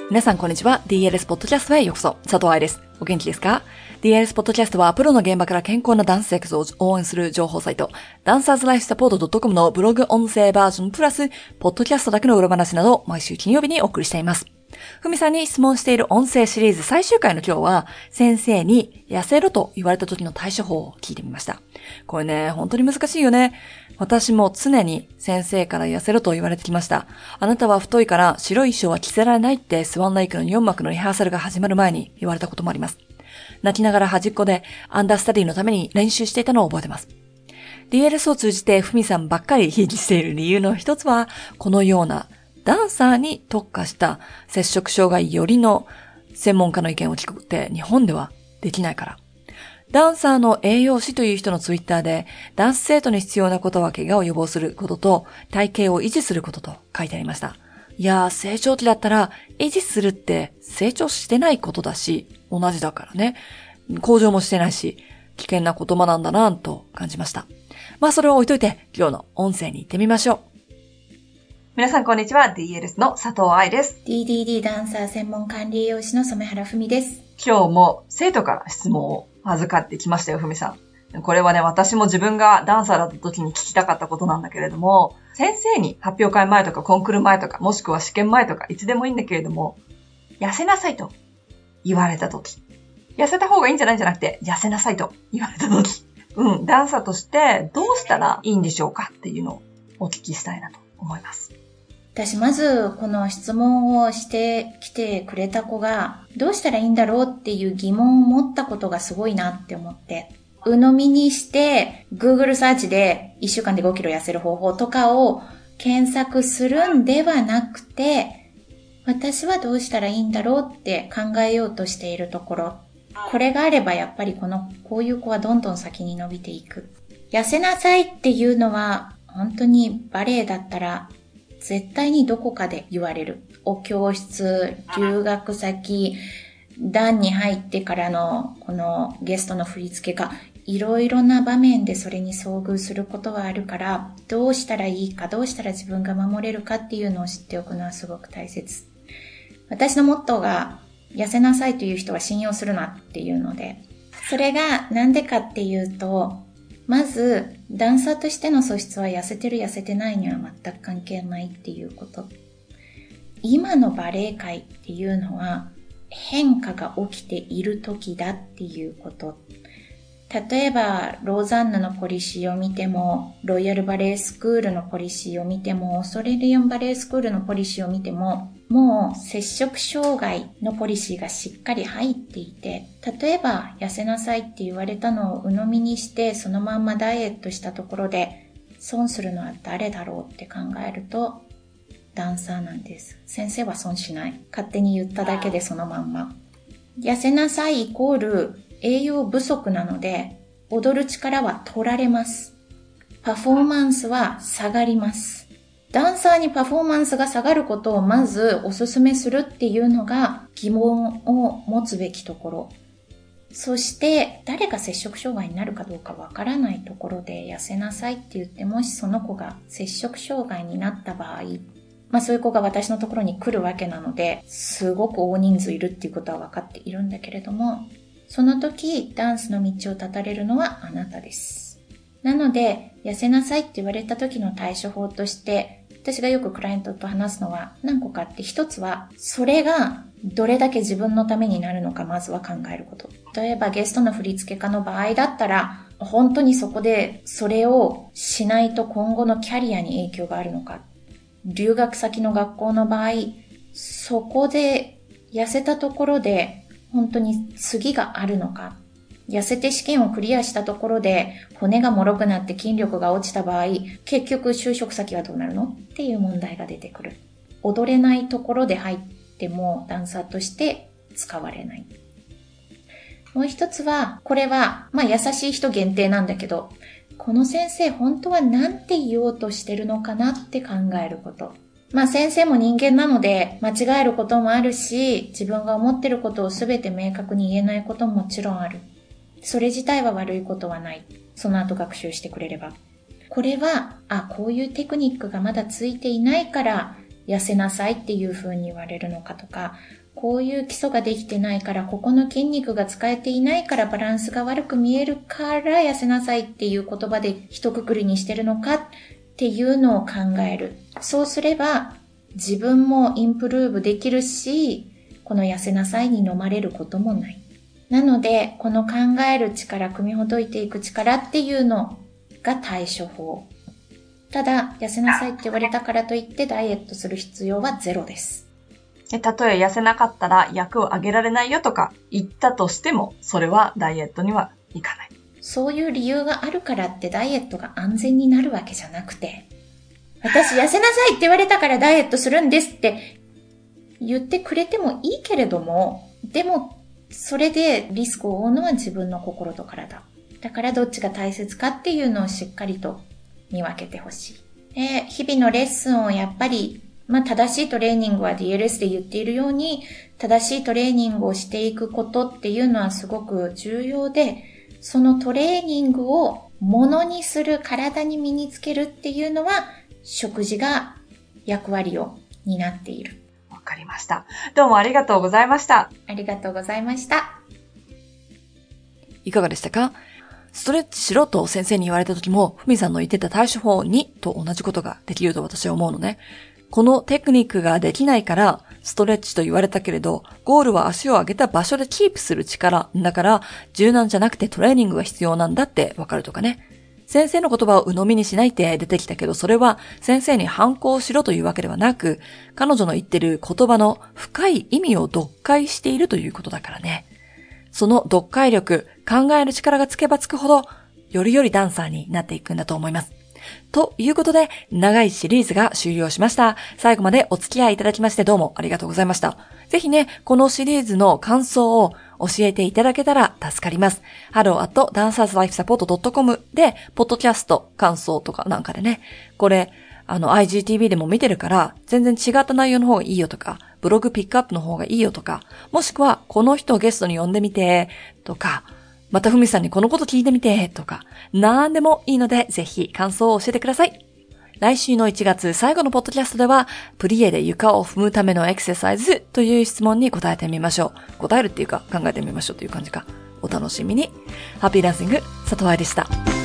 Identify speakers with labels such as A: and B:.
A: 皆さんこんにちは。DLS ポッドキャストへようこそ。佐藤愛です。お元気ですか？ DLS ポッドキャストはプロの現場から健康なダンス生活を応援する情報サイト、ダンサーズライフサポート .com のブログ音声バージョンプラス、ポッドキャストだけの裏話などを毎週金曜日にお送りしています。ふみさんに質問している音声シリーズ最終回の今日は、先生に痩せろと言われた時の対処法を聞いてみました。これね、本当に難しいよね。私も常に先生から痩せろと言われてきました。あなたは太いから白い衣装は着せられないってスワンレイクの4幕のリハーサルが始まる前に言われたこともあります。泣きながら端っこでアンダースタディのために練習していたのを覚えてます。DLS を通じてふみさんばっかりひいきしている理由の一つは、このようなダンサーに特化した摂食障害よりの専門家の意見を聞くって日本ではできないから。ダンサーの栄養士という人のツイッターで、ダンス生徒に必要なことは怪我を予防することと体型を維持することと書いてありました。いやー、成長期だったら維持するって成長してないことだし、同じだからね。向上もしてないし、危険な言葉なんだなぁと感じました。まあそれを置いといて今日の音声に行ってみましょう。皆さんこんにちは。DLS の佐藤愛です。
B: DDD ダンサー専門管理栄養士の染原文です。
A: 今日も生徒から質問を預かってきましたよ、ふみさん。これはね、私も自分がダンサーだった時に聞きたかったことなんだけれども、先生に発表会前とかコンクール前とか、もしくは試験前とか、いつでもいいんだけれども、痩せなさいと言われた時。痩せた方がいいんじゃないんじゃなくて、痩せなさいと言われた時。ダンサーとしてどうしたらいいんでしょうかっていうのをお聞きしたいなと思います。
B: 私まずこの質問をしてきてくれた子がどうしたらいいんだろうっていう疑問を持ったことがすごいなって思って、鵜呑みにして Google サーチで1週間で5キロ痩せる方法とかを検索するんではなくて、私はどうしたらいいんだろうって考えようとしているところ、これがあればやっぱりこういう子はどんどん先に伸びていく。痩せなさいっていうのは本当にバレエだったら絶対にどこかで言われる。お教室、留学先、段に入ってからのこのゲストの振り付けがいろいろな場面でそれに遭遇することはあるから、どうしたらいいか、どうしたら自分が守れるかっていうのを知っておくのはすごく大切。私のモットーが痩せなさいという人は信用するなっていうので、それがなんでかっていうと、まず、ダンサーとしての素質は痩せてる痩せてないには全く関係ないっていうこと。今のバレエ界っていうのは変化が起きている時だっていうこと。例えば、ローザンヌのポリシーを見ても、ロイヤルバレエスクールのポリシーを見ても、オーストラリアンバレエスクールのポリシーを見ても、もう摂食障害のポリシーがしっかり入っていて、例えば痩せなさいって言われたのを鵜呑みにしてそのまんまダイエットしたところで損するのは誰だろうって考えるとダンサーなんです。先生は損しない。勝手に言っただけでそのまんま。痩せなさいイコール栄養不足なので踊る力は取られます。パフォーマンスは下がります。ダンサーにパフォーマンスが下がることをまずお勧めするっていうのが疑問を持つべきところ。そして誰が摂食障害になるかどうかわからないところで痩せなさいって言ってもしその子が摂食障害になった場合、そういう子が私のところに来るわけなのですごく大人数いるっていうことは分かっているんだけれども、その時ダンスの道を断たれるのはあなたです。なので痩せなさいって言われた時の対処法として私がよくクライアントと話すのは何個かあって、一つはそれがどれだけ自分のためになるのかまずは考えること。例えばゲストの振付家の場合だったら本当にそこでそれをしないと今後のキャリアに影響があるのか。留学先の学校の場合、そこで痩せたところで本当に次があるのか。痩せて試験をクリアしたところで骨が脆くなって筋力が落ちた場合、結局就職先はどうなるのっていう問題が出てくる。踊れないところで入ってもダンサーとして使われない。もう一つは、これは優しい人限定なんだけど、この先生本当は何て言おうとしてるのかなって考えること。先生も人間なので間違えることもあるし、自分が思ってることを全て明確に言えないことももちろんある。それ自体は悪いことはない。その後学習してくれれば。これは、こういうテクニックがまだついていないから痩せなさいっていう風に言われるのかとか、こういう基礎ができてないから、ここの筋肉が使えていないからバランスが悪く見えるから痩せなさいっていう言葉で一括りにしてるのかっていうのを考える。そうすれば自分もインプルーブできるし、この痩せなさいに飲まれることもない。なので、この考える力、組みほどいていく力っていうのが対処法。ただ、痩せなさいって言われたからといってダイエットする必要はゼロです。
A: たとえ痩せなかったら役を上げられないよとか言ったとしても、それはダイエットにはいかない。
B: そういう理由があるからってダイエットが安全になるわけじゃなくて、私痩せなさいって言われたからダイエットするんですって言ってくれてもいいけれども、でもそれでリスクを負うのは自分の心と体。だからどっちが大切かっていうのをしっかりと見分けてほしい。日々のレッスンをやっぱり正しいトレーニングは DLS で言っているように、正しいトレーニングをしていくことっていうのはすごく重要で、そのトレーニングをものにする、体に身につけるっていうのは、食事が役割を担っている。
A: わかりました。どうもありがとうございました。
B: ありがとうございました。
A: いかがでしたか？ストレッチしろと先生に言われた時も、ふみさんの言ってた対処法2と同じことができると私は思うのね。このテクニックができないから、ストレッチと言われたけれど、ゴールは足を上げた場所でキープする力。だから、柔軟じゃなくてトレーニングが必要なんだってわかるとかね。先生の言葉を鵜呑みにしないって出てきたけど、それは先生に反抗しろというわけではなく、彼女の言ってる言葉の深い意味を読解しているということだからね。その読解力、考える力がつけばつくほど、よりよりダンサーになっていくんだと思います。ということで、長いシリーズが終了しました。最後までお付き合いいただきましてどうもありがとうございました。ぜひね、このシリーズの感想を教えていただけたら助かります。hello@dancerslifesupport.com で、ポッドキャスト、感想とかなんかでね、これ、IGTV でも見てるから、全然違った内容の方がいいよとか、ブログピックアップの方がいいよとか、もしくは、この人をゲストに呼んでみて、とか、またふみさんにこのこと聞いてみて、とか、なんでもいいので、ぜひ感想を教えてください。来週の1月最後のポッドキャストでは、プリエで床を踏むためのエクササイズという質問に答えてみましょう。答えるっていうか、考えてみましょうという感じか。お楽しみに。ハッピーダンシング、佐藤愛でした。